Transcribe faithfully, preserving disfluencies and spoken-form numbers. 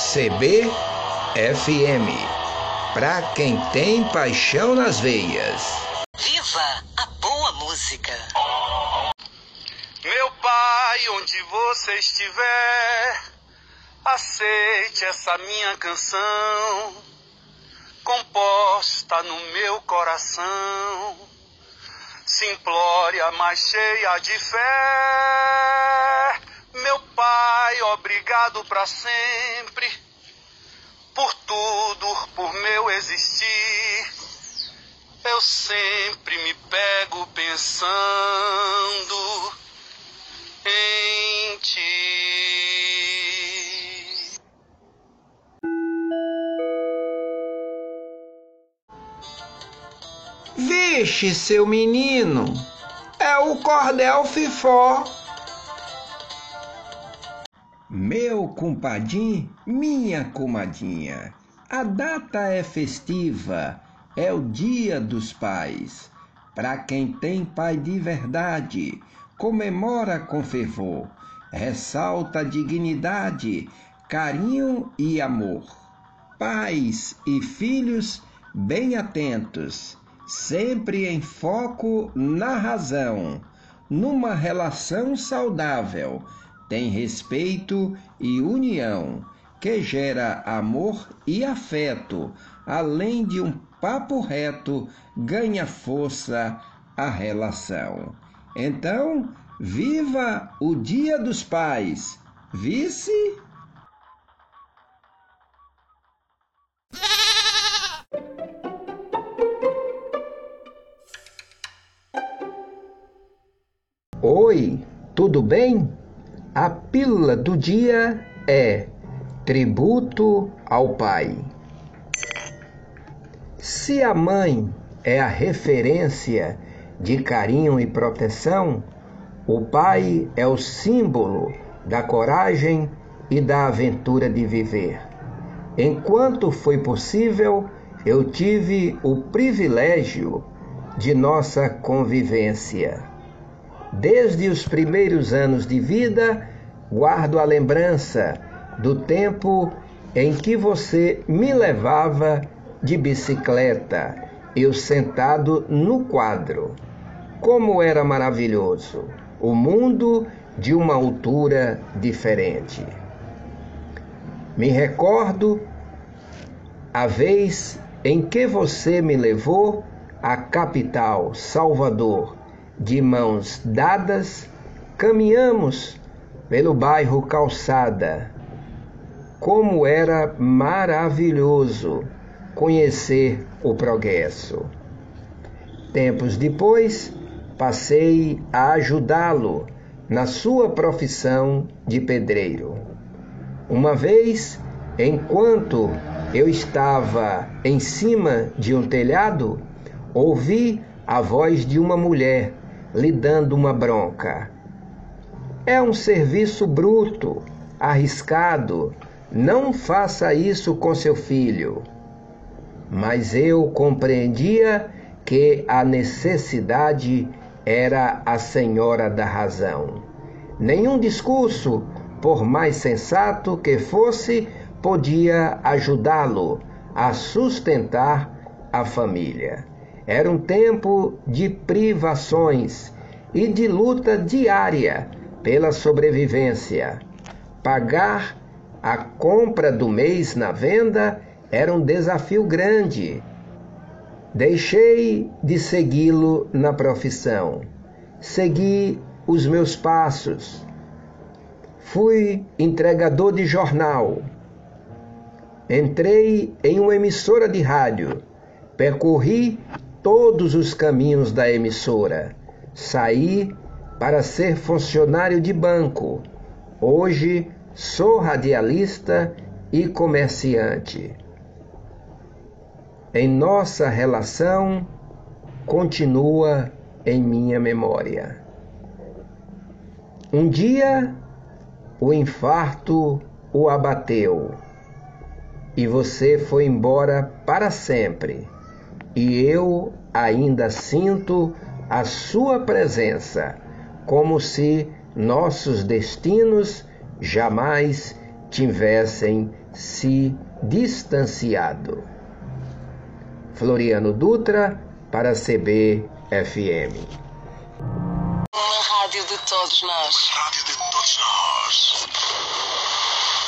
C B F M, pra quem tem paixão nas veias. Viva a boa música! Meu pai, onde você estiver, aceite essa minha canção, composta no meu coração, simplória, mas cheia de fé. Meu pai, obrigado pra sempre, por tudo, por meu existir. Eu sempre me pego pensando em ti. Vixe, seu menino, é o cordel fifó. Meu compadinho, minha comadinha, a data é festiva, é o Dia dos Pais. Para quem tem pai de verdade, comemora com fervor, ressalta dignidade, carinho e amor. Pais e filhos bem atentos, sempre em foco na razão, numa relação saudável, tem respeito e união, que gera amor e afeto, além de um papo reto, ganha força a relação. Então, viva o Dia dos Pais, vice? Oi, tudo bem? A pílula do dia é tributo ao pai. Se a mãe é a referência de carinho e proteção, o pai é o símbolo da coragem e da aventura de viver. Enquanto foi possível, eu tive o privilégio de nossa convivência. Desde os primeiros anos de vida, guardo a lembrança do tempo em que você me levava de bicicleta, eu sentado no quadro. Como era maravilhoso, o mundo de uma altura diferente. Me recordo a vez em que você me levou à capital, Salvador. De mãos dadas, caminhamos pelo bairro Calçada. Como era maravilhoso conhecer o progresso. Tempos depois, passei a ajudá-lo na sua profissão de pedreiro. Uma vez, enquanto eu estava em cima de um telhado, ouvi a voz de uma mulher lhe dando uma bronca. É um serviço bruto, arriscado, não faça isso com seu filho. Mas eu compreendia que a necessidade era a senhora da razão. Nenhum discurso, por mais sensato que fosse, podia ajudá-lo a sustentar a família. Era um tempo de privações e de luta diária pela sobrevivência. Pagar a compra do mês na venda era um desafio grande. Deixei de segui-lo na profissão. Segui os meus passos. Fui entregador de jornal. Entrei em uma emissora de rádio. Percorri todos os caminhos da emissora. Saí para ser funcionário de banco. Hoje sou radialista e comerciante. Em nossa relação, continua em minha memória. Um dia, o infarto o abateu e você foi embora para sempre. E eu ainda sinto a sua presença, como se nossos destinos jamais tivessem se distanciado. Floriano Dutra para C B F M. Uma rádio de todos nós. Rádio de todos nós.